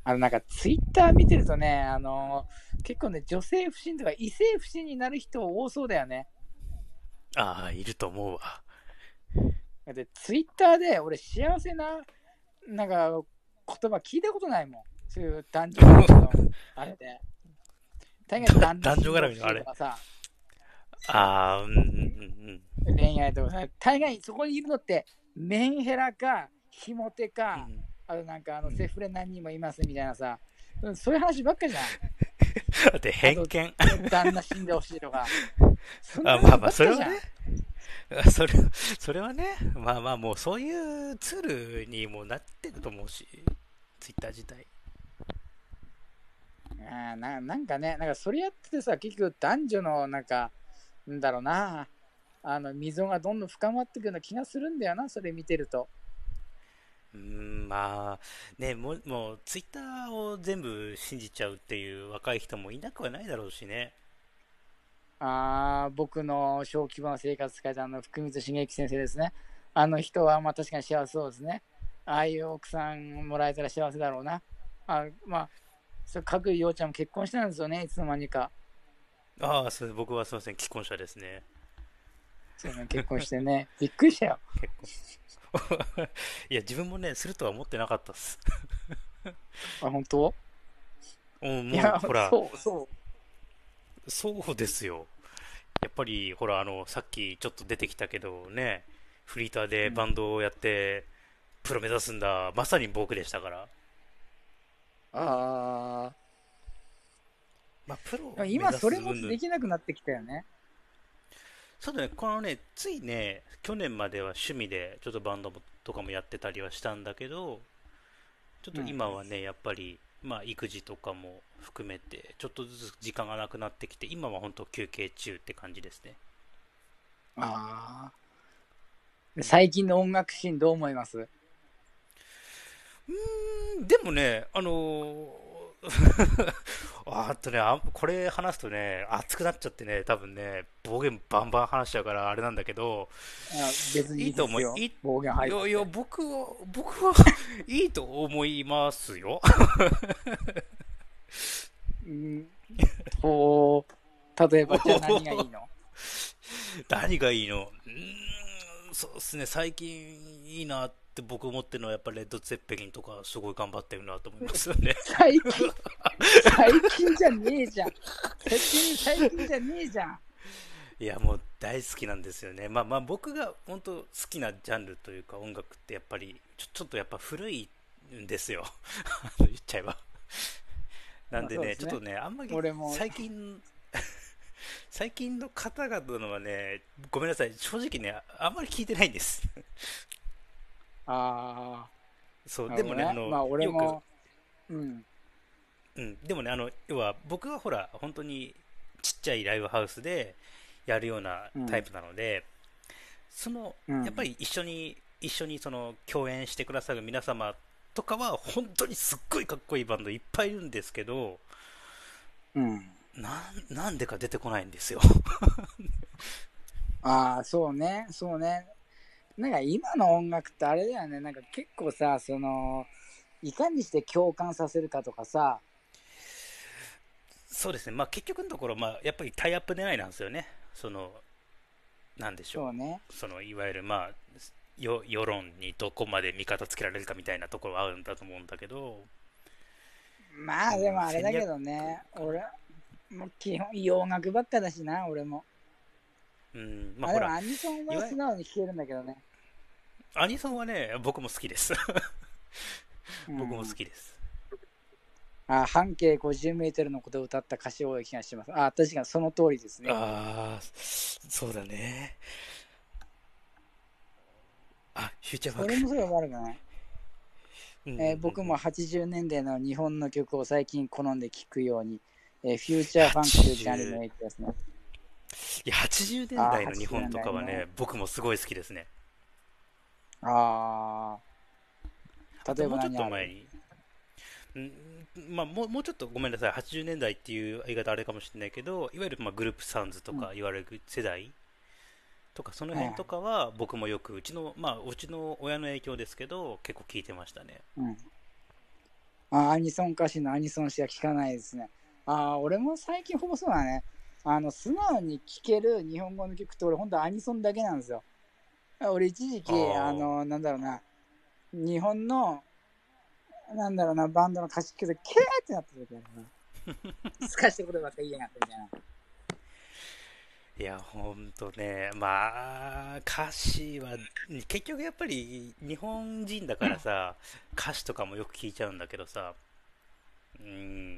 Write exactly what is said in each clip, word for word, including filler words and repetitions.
あのなんかツイッター見てるとね、あのー結構ね、女性不信とか異性不信になる人多そうだよね。 ああ、いると思うわ。 で、ツイッターで俺幸せな、なんか言葉聞いたことないもん。そういう男女絡みの、あれで。大概旦那男女死んでほし絡みのあれ。 いとかさ、 ああ、うんうんうん恋愛とかさ、大概そこにいるのってメンヘラか、ひも手うん。うか、 んあとなんかあうん。 のセフレ何人もいますみたいなさ、そういう話ばっかじゃん。 だってあと、 偏見。 旦那死んでほしいとか、そんなあ、まあ話まあ、それはね。 ばっかじゃん。 それ、それはね、まあまあ、もうそういうツールにもなってると思うし、ツイッター自体。 あななんかね、なんかそれやっててさ、結局男女のなんか、なんだろうな、あの溝がどんどん深まっていくような気がするんだよな、それ見てると。 うーん、まあ、ね、もう、もう、ツイッターを全部信じちゃうっていう若い人もいなくはないだろうしね。 あ僕の小規模な生活書いたあの福光茂之先生ですね。あの人はまあ確かに幸せそうですね。ああいう奥さんもらえたら幸せだろうな。あまあ、それ各陽ちゃんも結婚してたんですよね、いつの間にか。 ああ、それ僕はすいません、既婚者ですね。 そうね、結婚してね。びっくりしたよ。 結婚。いや、自分もね、するとは思ってなかったっす。 あ、本当？ もう、もう、 いや、 ほら、 そうそそうですよ。やっぱり、ほら、あの、さっきちょっと出てきたけどね、フリーターう。 でうん、 バンドをやって、プロ目指すんだ。まさに僕でしたから。 あまあ、プロあ、 目指今それもす云々。 できなくなってきたよね。 そうだね、このね、ついね、去年までは趣味でちょっとバンドとかもやってたりはしたんだけど、ちょっとうん。 今はね、やっぱり、まあ、育児とかも含めて、ちょっとずつ時間がなくなってきて、今は本当休憩中って感じですね。 ああ。 うん、 最近の音楽シーンどう思います？ でもね、あのーああとねあ、これ話すとね、熱くなっちゃってね、多分ね、暴言バンバン話しちゃうからあれなんだけど、 あ、別にいいいいと思い、 ですよ。 いい、 暴言入いやいや、 ったって。 僕は、僕はいいと思いますよ。 うん。ほう。例えば、じゃあ何がいいの？ 何がいいの？うーん、そうですね、最近いいなって僕思ってるのは、やっぱレッド・ツェッペリンとか、すごい頑張ってるなと思いますよね。 最近、最近じゃねえじゃん。最近、最近じゃねえじゃん。 いや、もう大好きなんですよね。まあまあ、僕が本当好きなジャンルというか、音楽ってやっぱり、ちょ、ちょっとやっぱ古いんですよ。言っちゃえば。なんまあでね、 そうですね。 ちょっとね、あんまり俺も、 最近、最近の方々のはね、ごめんなさい、正直ね、あんまり聞いてないんです。 あそう、 あ、なでもね、あるほどね。 の、 まあ俺よく、 も、うん、 うん、でもね、あの、要は僕はほら、本当にちっちゃいライブハウスでやるようなうん、 タイプなので、その、 うん。 やっぱり一緒に、一緒にその、共演してくださる皆様とかは、本当にすっごいかっこいいバンドいっぱいいるんですけど、 うん。 なん、なんでか出てこないんですよ。 ああ、そうね、そうね。なんか今の音楽ってあれだよね。なんか結構さ、その、いかにして共感させるかとかさ、 そうですね、まあ結局のところ、まあやっぱりタイアップ狙いなんですよね。その、なんでしょそうね。 う。その、いわゆるまあ、よ世論にどこまで味方つけられるかみたいなところはあるんだと思うんだけど、 まあでうん、 もあれだけ戦略どね、 かな。 俺、もう基本洋楽ばっかだしな、俺も。 うん、まあまあでもほら、 アニソンいわゆる、 は素直に聴けるんだけどね。 アニソンはね、僕も好きです。僕も好うん。 きです。 あ、半径ごじゅうメートルのことを歌った歌詞多い気がします。あ、確かにその通りですね。 ああ、そうだね。あ、フューチャーバック。 それもそれ悪くない。 うんうんうんうえー僕もん。 はちじゅうねんだいの日本の曲を最近好んで聴くように、えーフューチャーファンクというジャンルのはちじゅう、 影響ですね。 いや、80年ああ、 代の日 80 本年代ね。 とかはね、僕もすごい好きですね。 ああ、例えあともうちょっば何ある？ と前に、んまあ、もうもうちょっとごめんなさい、はちじゅうねんだいっていう言い方あれかもしれないけど、いわゆるまあグループサウンズとうん。 か言われる世代とか、その辺とえかは僕もよく、うちの、まあ、うちの親の影響ですけど、結構聞いてましたね。 ーうん。 あ、アニソン歌手のアニソンしか聞かないですね。ああ、俺も最近ほぼそうだね。あの、素直に聴ける日本語の曲って俺ほんとアニソンだけなんですよ。俺一時期、ああの、なんだろうな、日本の、なんだろうな、バンドの歌詞聞くと、キャーってなった時あるな。すかしてことばっか言いやがってみたいな。 いや、ほんとね、まあ、歌詞は、結局やっぱり日本人だからさ、歌詞とかもよく聞いちゃうんだけどさ、うん、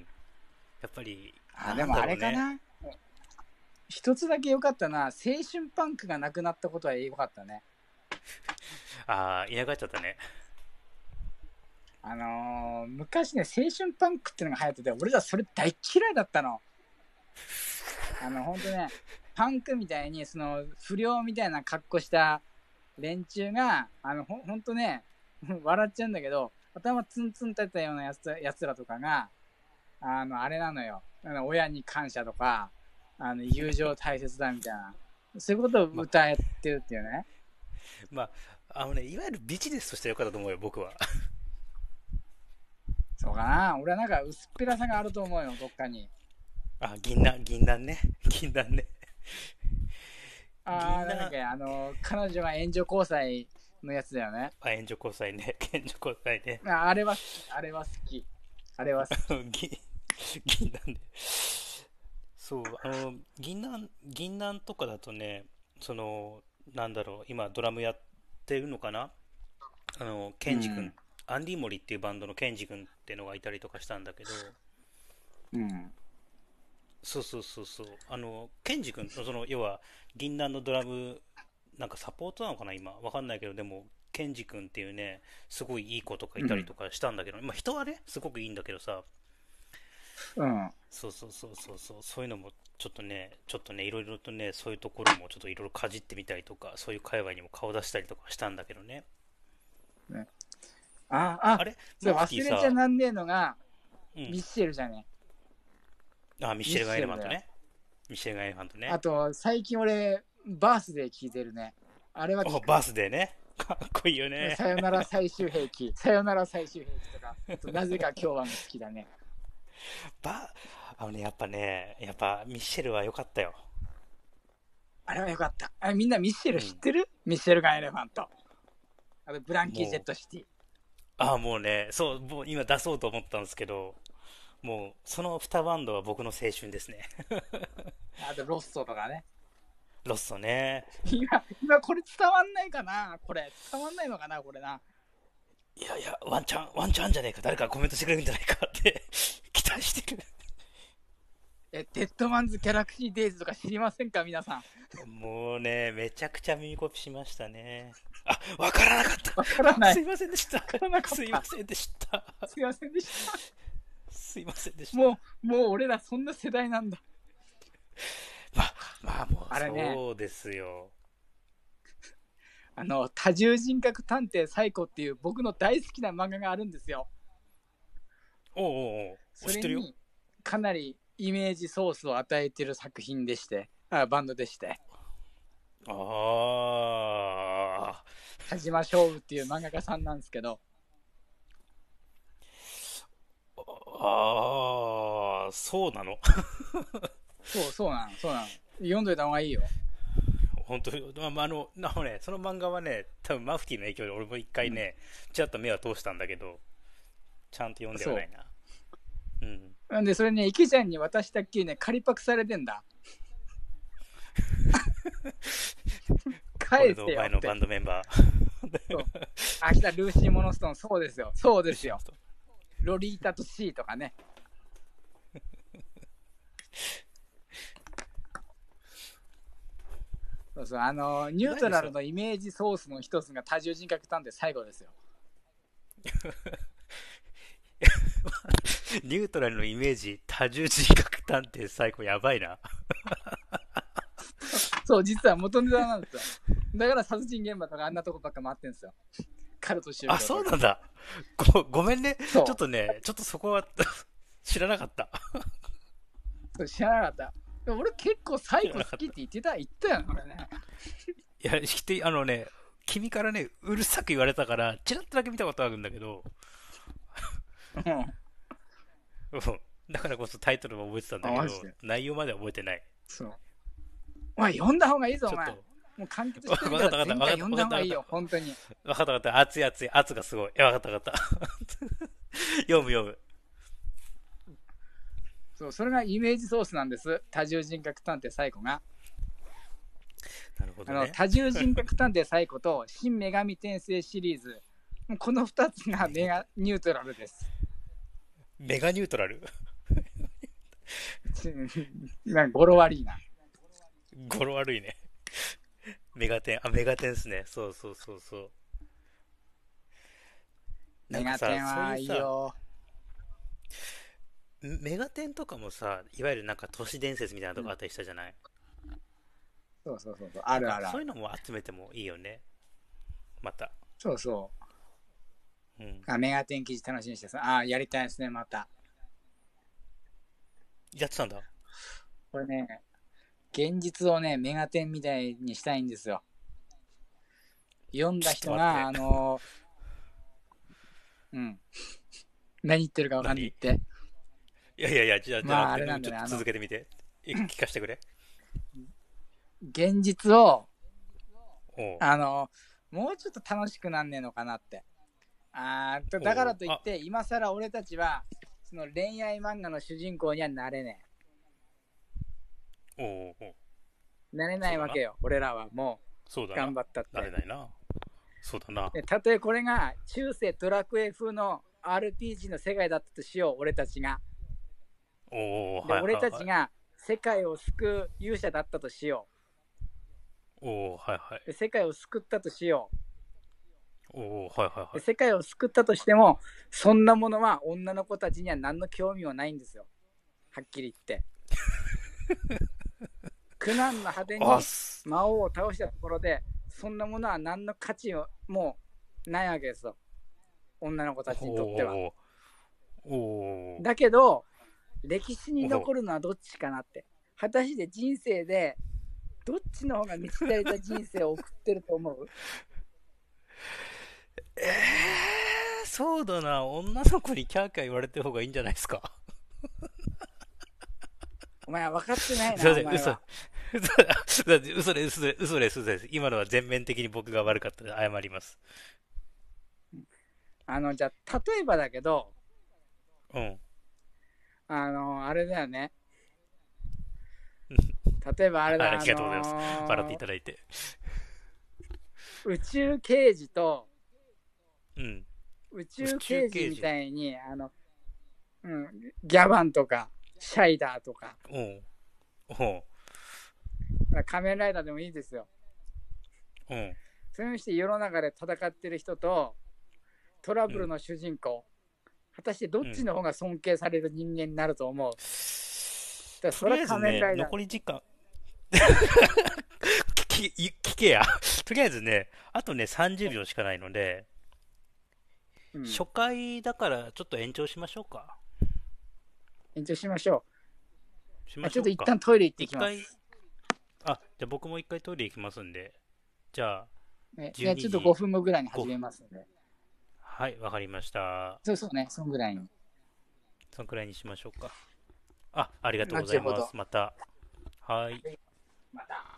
やっぱり、 あ、 なんでもあだろうね。 れかな。一つだけ良かったな。青春パンクがなくなったことは良かったね。 ああ、いなくなっちゃったね。 あのー、昔ね、青春パンクってのが流行ってて、俺らそれ大嫌いだったの。あの、ほんとね、パンクみたいに、その、不良みたいな格好した連中が、あの、ほほんとね、笑っちゃうんだけど、頭ツンツン立てたようなやつやつらとかが、あの、あれなのよ。あの親に感謝とか、あの、友情大切だみたいな。そういうことをま、 歌ってるっていうね。 まあ、あのね、いわゆるビジネスとしてはよかったと思うよ、僕は。 そうかな。俺はなんか薄っぺらさがあると思うよ、どっかに。 あ、銀杏、銀杏ね。銀杏ね。 あー、なんだっ銀杏、 け、あの、彼女が援助交際のやつだよね。 あ、援助交際ね。援助交際ね。 ああれは好き。あれは好き。あれは好き。 銀、銀杏ね。そう、あの、銀杏、銀杏とかだとね、その、なんだろう、今ドラムやってるのかな、あの、ケンジ君、 うん。 アンディモリっていうバンドのケンジ君っていうのがいたりとかしたんだけど、 うん。 そうそうそうそう、あの、ケンジ君、その、要は、銀杏のドラム、なんかサポートなのかな、今、わかんないけど、でも、ケンジ君っていうね、すごいいい子とかいたりとかしたんだけど、まあ人はね、すごくいいんだけどさ、 うん。 そうそうそうそうそう、そういうのもちょっとね、ちょっとね、いろいろとね、そういうところもちょっといろいろかじってみたりとか、そういう界隈にも顔出したりとかしたんだけどね。 ね、ああ、 あれそれマフティーさ、 忘れちゃなんねえのが、 うん。 ミッシェルじゃね。 あ、ミッミッシェルガン・エシェルだよ。 レファントね。ミッシェルガン・エレファントね。 あと、最近俺、バースデー聞いてるね。あれは聞お、 く。 バースデーね。かっこいいよね。 さよなら最終兵器。さよなら最終兵器とか。あとなぜか今日はも好きだね。 バあのね、やっぱね、やっぱミッシェルは良かったよ。 あれはよかった。あれみんなミッシェル知っうん。 てる？ミッシェルガンエレファント。あとブランキー・ジェッもう、 ト・シティ。 ああ、もうね、そう、もう今出そうと思ったんですけど、もう、そのにバンドは僕の青春ですね。 あとロッソとかね。 ロッソね。 今、今これ伝わんないかな、これ。伝わんないのかなこれな。 いやいや、ワンチャン、ワンチャンあんじゃねえか、誰かコメントしてくれるんじゃないかって期待してる。 え、デッドマンズ・ギャラクシー・デイズとか知りませんか皆さん。 もうね、めちゃくちゃ耳コピしましたね。あ、わからなかった。 わからない。 すいませんでした。 わからなかっすいまた。 せんでした。 すいませんでした。 すいませんでした。 もう、もう俺らそんな世代なんだ。 まあ、まあもうあれね、 そうですよ。 あの、多重人格探偵サイコっていう僕の大好きな漫画があるんですよ。 おうおうおう、知ってるよ。 それにかなりイメージソースを与えている作品でして、あバンドでして、 あ田島翔宇っていう漫画家さんなんですけど、 あ、ああ、そうなの。 そうそうなの、そうなの。読んどいた方がいいよ。 本当に、まあ、あの、なおね、その漫画はね、多分マフティーの影響で俺も一回うん。 ね、ちらっと目は通したんだけど、ちゃんと読んではなそいな。うん。 う。なんで、それね、池ちゃんに渡したっきりね、仮パクされてんだ。返俺のせよって。 前のバンドメンバそう。あ、来た、ルーシー・モノストーン、そうですよ。そうー、 ですよ。 ルシモスと。 ロリータとシーとかね。そうそう、あの、ニュートラルいわゆるその、 のイメージソースの一つが多重人格探偵最後ですよ。 ニュートラルのイメージ、多重人格探偵最高やばいな。 そう、実は元ネタなんですよ。だから殺人現場とかあんなとこばっか回ってんですよ。カルト宗あ、 教とか。 そうなんだ。ご、ごめんね。ちょっそとね、ちょっとそこは知らなかった。 う、知らなかった。でも俺結構サイコ好きって知らなかった。 言ってた、言ったよね、俺ね。 いや、して、あのね、君からね、うるさく言われたから、チラッとだけ見たことあるんだけど、 うん。 うん。だからこそタイトルも覚えてたんだあ、 けど、 マジで。 内容までは覚えてない。 そう。お前、読んだ方がいいぞ、お前。 ちょっと、 もう完結わしてるかかったわかった、 ら全わかった、 巻読んだ方わかった、わかった。 がいいよ、本当に。 わかったわかった。熱い熱い、圧がすごい。わかったわかった。読む読む。 そう、それがイメージソースなんです。多重人格探偵サイコが。 なるほあのどね。 多重人格探偵サイコと新女神転生シリーズ、このふたつがメガニュートラルです。 メガニュートラル。 なんか語呂悪いな。 語呂悪いね。メガテン、あ、メガテンっすね。そうそうそうそう。なメガんかさ、 テンはいいそういうさ、 よ。 メガテンとかもさ、いわゆるなんか都市伝説みたいなとこあったりしたじゃない？ そうそうそうそう、あなんるあるある。 かそういうのも集めてもいいよね。また。 そうそうん。 う。あ、メガテン記事楽しみにしてさ、あ、やりたいですね、また。 やってたんだ。 これね、現実をね、メガテンみたいにしたいんですよ。読んだちょっと人が、あ待って。 のうん。何言ってるかわかんない何？ って。 いやいやいや、じゃあ、じゃなまあ、 くて、 あれなんだね、 ちょっとあの、 続けてみて。い聞かせてくれ。 現実を、 おう。 あの、もうちょっと楽しくなんねえのかなって。あーだかおう。あ、 らといって、今更俺たちは、その恋愛漫画の主人公にはなれねおうおう。 え。なれなそうだな。 いわけよ。俺らはもう、 そうだな。 頑張ったっなれて。 ないな。そうだな。 でたとえこれが中世ドラクエ風の アールピージー の世界だったとしよう、俺たちが。 おお、 で、 はい俺はいはい。 たちが世界を救う勇者だったとしよおお、はいはい。 う。で、世界を救ったとしよおお、はいはいう。で、 はい。 世界を救ったとしても、そんなものは女の子たちには何の興味もないんですよ。はっきり言って。苦難の果てあ、 にす、 魔王を倒したところで、そんなものは何の価値もないわけですよ。女の子たおちにとっては。 お、おお、 だけど、歴史におお。 残るのはどっちかなって。果たして人生で、どっちの方が満ち足りた人生を送ってると思う？ ええー、そうだな。女の子にキャーキャー言われてる方がいいんじゃないですか。 お前は分かってないな、 すいません、嘘。 お前は。 嘘、嘘です、嘘です、嘘です、嘘です。今のは全面的に僕が悪かったので謝ります。 あの、じゃあ、例えばだけど、 うん。 あの、あれだよね。例えばあれだ、 ああありがとうございます。笑っていのただいて。 ー宇宙刑事とうん。 宇宇宙刑事み宙刑事。 たいに、あの、うん、ギャバンとか、シャイダーとか、 おう。おう。 仮面ライダーでもいいですよ。 うん。 そういうして世の中で戦ってる人と、トラうん。 ブルの主人公、果たしてどっうん。 ちの方が尊敬される人間になると思う？だからとりそれは仮面あえずね、 ライダー。 残り時間、聞き、聞けや。とりあえずね、あとね、さんじゅうびょうしかないので、 うん。 初回だからちょっと延長しましょうか。 延長しましょしう。あちょっと一ましょうか。 旦トイレ行って一回、 きます。 あ、じゃあ僕も一回トイレ行きますんで、じゃあ、 ね、じゃ 12 あちょっと5 時分後ぐらいに 5分。 始めますので。 はい、わかりました。 そうそうね、そんぐらいに。 そのくらいにしましょうか。あ、ありがとうございます。 後ほど。 また。はい。 また。